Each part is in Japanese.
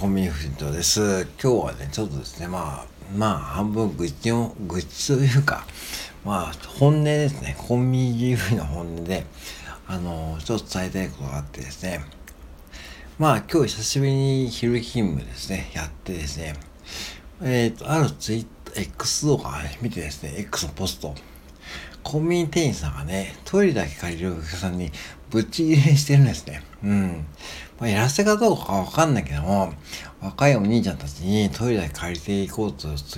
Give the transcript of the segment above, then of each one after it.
コンビニフードです。今日はね、ちょっとですね、半分愚痴というか、本音ですね。コンビニフードの本音で、ちょっと伝えたいことがあってですね。今日久しぶりに昼勤務ですね、やってですね、あるツイート、X 動画を見てですね、X のポスト、コンビニ店員さんがね、トイレだけ借りるお客さんにぶち切れしてるんですね。やらせかどうかわかんないけども、若いお兄ちゃんたちにトイレだけ借りていこうとして、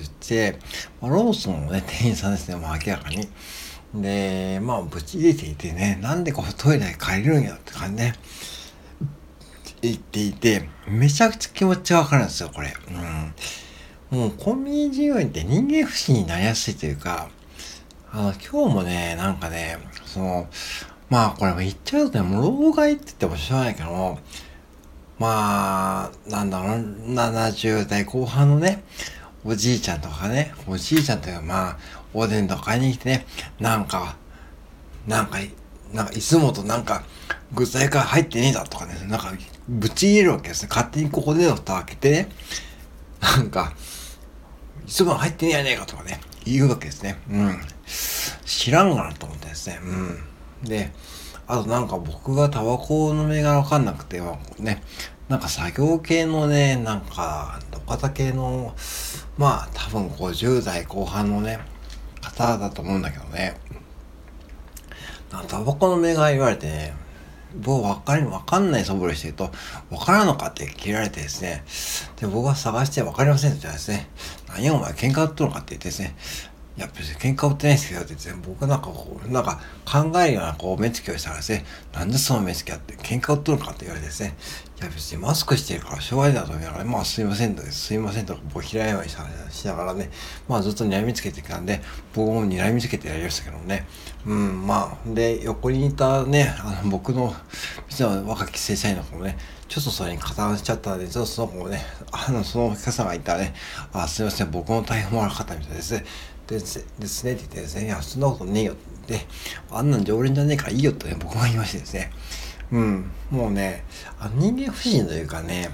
ローソンのね、店員さんですね、明らかに。で、ぶち切れていてね、なんでこうトイレだけ借りるんやって感じね、言っていて、めちゃくちゃ気持ちがわかるんですよ、これ。もうコンビニ従業員って人間不信になりやすいというか、今日もね、これも言っちゃうとね、もう老害って言ってもしょうがないけども、70代後半のね、おじいちゃんとかね、おじいちゃんというかおでんとか買いに来てね、いつもと具材が入ってねえだとかね、ぶち入れるわけですね。勝手にここでの蓋開けてね、いつも入ってねえやねえかとかね、言うわけですね。知らんがなと思ってですね。で、あと僕がタバコの銘柄わかんなくてね、作業系のね、土方系の、多分50代後半のね、方だと思うんだけどね。タバコの銘柄言われてね、僕わかんない素振りしてると、わからんのかって切られてですね、で、僕は探してわかりませんって言ったらですね、何やお前喧嘩売っとるのかって言ってですね、いや別に喧嘩売ってないんですけどって言って、僕考えるような目つきをしたらですね、なんでその目つきあって喧嘩売っとるのかって言われてですね、いや別にマスクしてるからしょうがないだと思いながら、すいませんと僕平謝りしながらね、ずっと睨みつけてきたんで、僕も睨みつけてやりましたけどね。で、横にいたね、僕の店の若き正社員の子もね、ちょっとそれに加担しちゃったので、ちょっとその子もね、そのお客さんがいたらね、すいません、僕の大変悪かったみたいですね。ですねって言ってですね、いや、そんなことねえよって、あんなん常連じゃねえからいいよとね、僕が言いましてですね。もうね、人間不信というかね、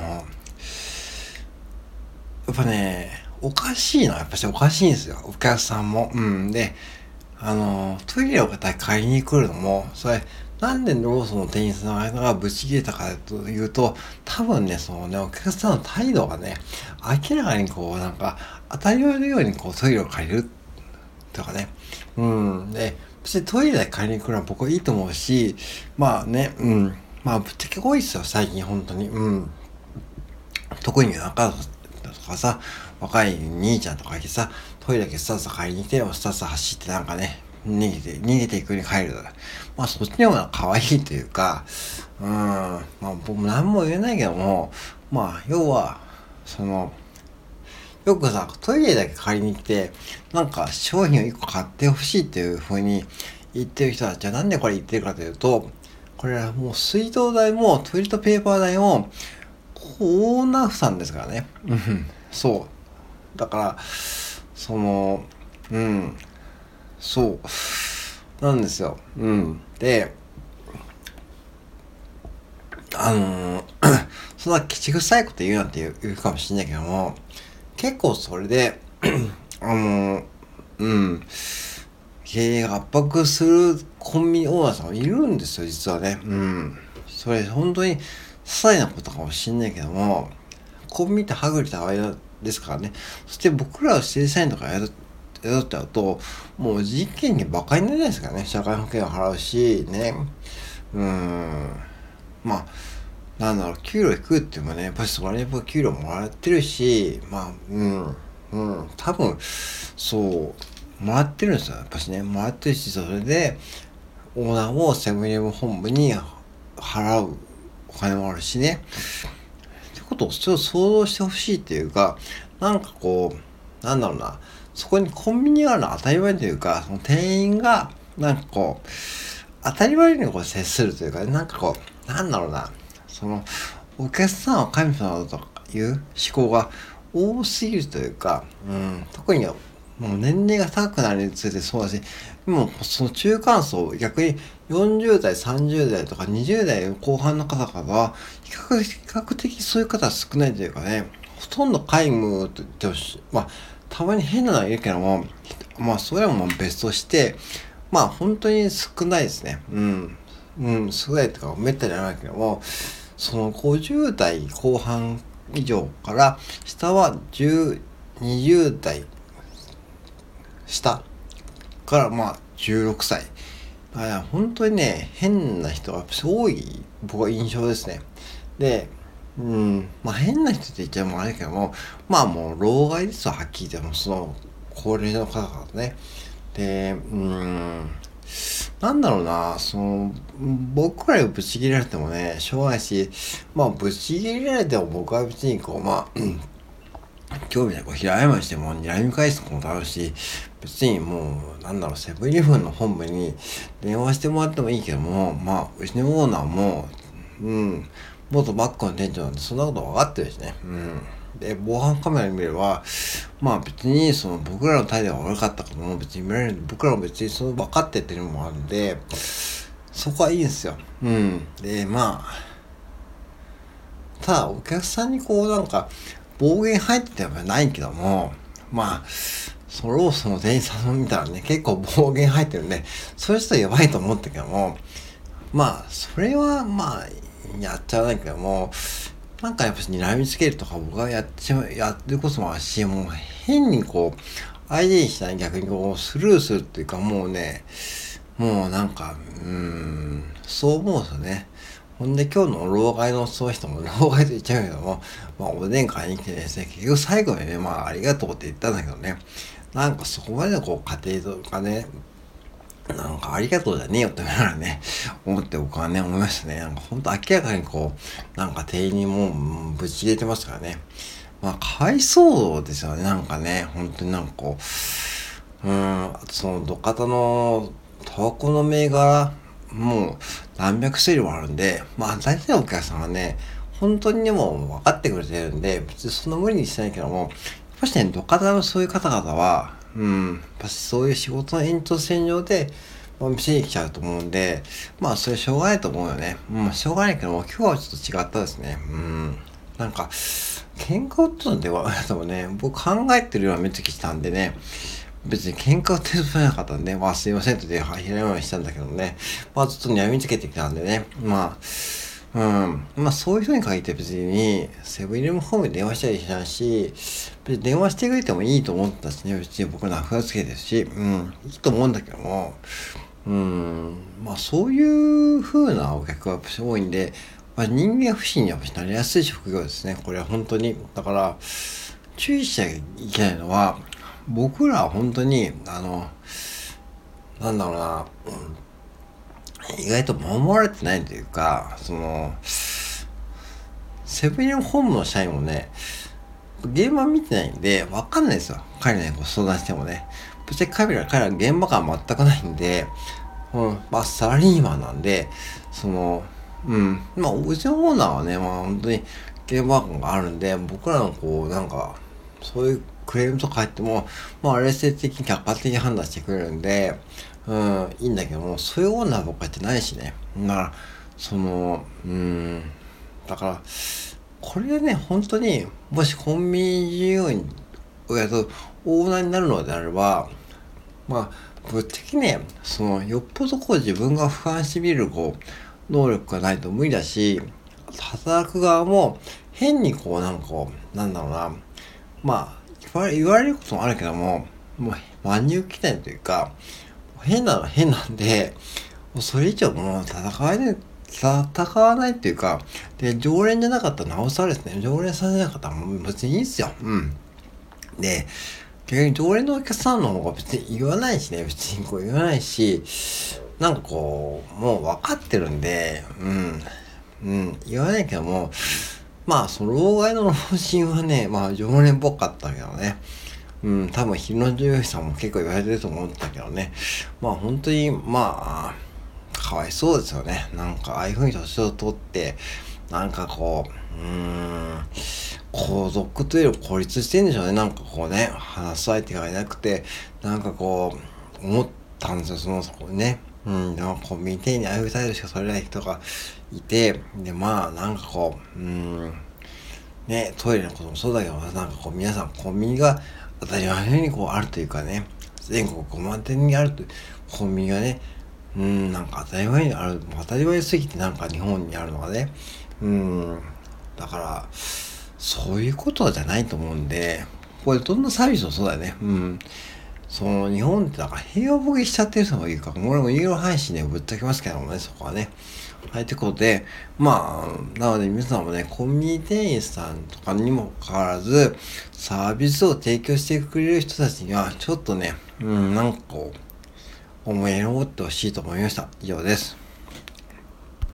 やっぱね、おかしいのはやっぱしおかしいんですよ、お客さんも。で、トイレを買いに来るのも、それ、なんでローソンの店員さんがブチ切れたかというと、多分ね、お客さんの態度がね、明らかに当たり前のようにトイレを借りるとかね。で、別にトイレで借りに来るのは僕はいいと思うし、ぶっちゃけ多いですよ、最近本当に。特にとかさ、若い兄ちゃんとかいてさ、トイレだけスタッと借りに来て、スタッと走って逃げていくに帰る。そっちの方が可愛いというか、僕も何も言えないけども、要は、よくさ、トイレだけ借りに来て、商品を1個買ってほしいっていう風に言ってる人は、じゃあなんでこれ言ってるかというと、これはもう水道代もトイレットペーパー代も、オーナー負担ですからね。そう。だから、そう。なんですよ。で、そんな口臭いこと言うなんて言うかもしれないけども、結構それで、経営が圧迫するコンビニオーナーさんもいるんですよ、実はね。それ本当に些細なことかもしれないけども、コンビニってはぐれた間ですからね。そして僕らは正社員とか雇っちゃうと、もう人件費バカにならないですからね。社会保険を払うし、ね。給料低くってもね、やっぱりそれに給料もらってるし、多分、そう、もらってるんですよ。やっぱしね、もらってるし、それで、オーナーもセブンイレブン本部に払うお金もあるしね。ってことをちょっと想像してほしいっていうか、そこにコンビニがあるのは当たり前というか、その店員が、当たり前に接するというか、お客さんは神様だという思考が多すぎるというか、特にもう年齢が高くなるにつれてそうだし、もうその中間層、逆に40代、30代とか20代後半の方々は、比較的そういう方は少ないというかね、ほとんど皆無と言ってほしい。まあ、たまに変なのはいるけども、まあ、それはもう別として、まあ、本当に少ないですね。少ないというか、めったにはないけども、その50代後半以上から、下は20代、下からまあ16歳。本当にね、変な人が多い、僕は印象ですね。で、まあ変な人って言っちゃうもんあれだけども、まあもう老害ですわ、はっきり言っても、その高齢の方々ね。で、なんだろうな、僕らがブチ切れられてもね、しょうがないし、まあ、ブチ切れられても僕は別に興味ない、平謝りしても睨み返すこともあるし、別にもう、セブンイレブンの本部に電話してもらってもいいけども、まあ、うちのオーナーも、元バックの店長なんでそんなこと分かってるしね。で、防犯カメラに見れば、まあ別に僕らの態度が悪かったことも別に見られる、僕らも別に分かってっていうのもあるんで、そこはいいんですよ。で、まあ、ただお客さんに暴言入っててはないけども、まあ、ローソンの店員さんを見たらね、結構暴言入ってるんで、そういう人はやばいと思ったけども、まあ、それはまあ、やっちゃわないけども、やっぱり睨みつけるとか僕がやってることもあるし、もう変に相手にしたら逆にスルーするっていうか、もうね、もうそう思うんですよね。ほんで今日の老害のそういう人も老害と言っちゃうけども、まあおでん買いに来てですね、結局最後にね、まあありがとうって言ったんだけどね、そこまでの家庭とかね、ありがとうじゃねえよって思って僕はね、思いましたね。ほんと明らかに店員にもうぶち切れてますからね。まあ、かわいそうですよね。本当にあと土方のタバコの銘柄、もう何百種類もあるんで、まあ大体のお客さんはね、本当にでも分かってくれてるんで、別にそんな無理にしてないけども、やっぱしね、土方のそういう方々は、やっぱしそういう仕事の延長線上で、店に来ちゃうと思うんで、まあそれしょうがないと思うよね。しょうがないけども、今日はちょっと違ったですね。喧嘩をったのでは、でもね、僕考えてるような目つきしたんでね、別に喧嘩を手伝えなかったんで、まあすいませんとで、平山にしたんだけどね、まあちょっと睨みつけてきたんでね、まあそういう人に限って別に、セブンイレブンホームに電話したりしないし、別に電話してくれてもいいと思ったしね、別に僕の名札つけてるし、いいと思うんだけども、まあそういう風なお客がやっぱ多いんで、まあ、人間不信にはなりやすい職業ですね。これは本当に。だから、注意しちゃいけないのは、僕らは本当に、意外と守られてないというか、セブンイレブンホームの社員もね、現場見てないんで、わかんないですよ。彼らに相談してもね。別に彼ら現場感全くないんで、まあ、サラリーマンなんで、まあ、うちのオーナーはね、まあ、本当に現場感があるんで、僕らのそういうクレームとか入っても、まあ、冷静的に客観的に判断してくれるんで、いいんだけども、そういうオーナー僕はやってないしね。だから、だから、これでね、本当に、もしコンビニ従業員をやると、オーナーになるのであれば、まあ、ぶっちゃけね、よっぽど自分が俯瞰してみる、能力がないと無理だし、働く側も、変にまあ、言われることもあるけども、もう、真に受けないというか、変なのは変なんで、もうそれ以上もう戦わないっていうか、で、常連じゃなかったらなおさらですね、常連さんじゃなかったらもう別にいいんすよ。で、逆に常連のお客さんの方が別に言わないしね、別に言わないし、もう分かってるんで、言わないけども、まあ、老害の老人はね、まあ、常連っぽかったけどね。多分、昼の従業員さんも結構言われてると思ったけどね。まあ、本当に、まあ、かわいそうですよね。ああいう風に年を取って、こ孤独というより孤立してんでしょうね。なんかこうね、話す相手がいなくて、なんかこう、思ったんですよ、そこね。なんかこう、見てにああいう態度しか取れない人がいて、で、まあ、なんかこう、ね、トイレのこともそうだけど、なんかこう、皆さんコンビニが当たり前のようにこうあるというかね、全国5万店にあるというコンビニがね、なんか当たり前にある、当たり前すぎてなんか日本にあるのがね、だから、そういうことじゃないと思うんで、これどんなサービスもそうだよね。その日本ってなんか平和ボケしちゃってる人もいるから、俺も有料配信でぶっちゃけますけどもね、そこはね。はい、ということで、まあ、なので皆さんもね、コンビニ店員さんとかにもかかわらず、サービスを提供してくれる人たちには、ちょっとね、なんかこう、思いやりを持ってほしいと思いました。以上です。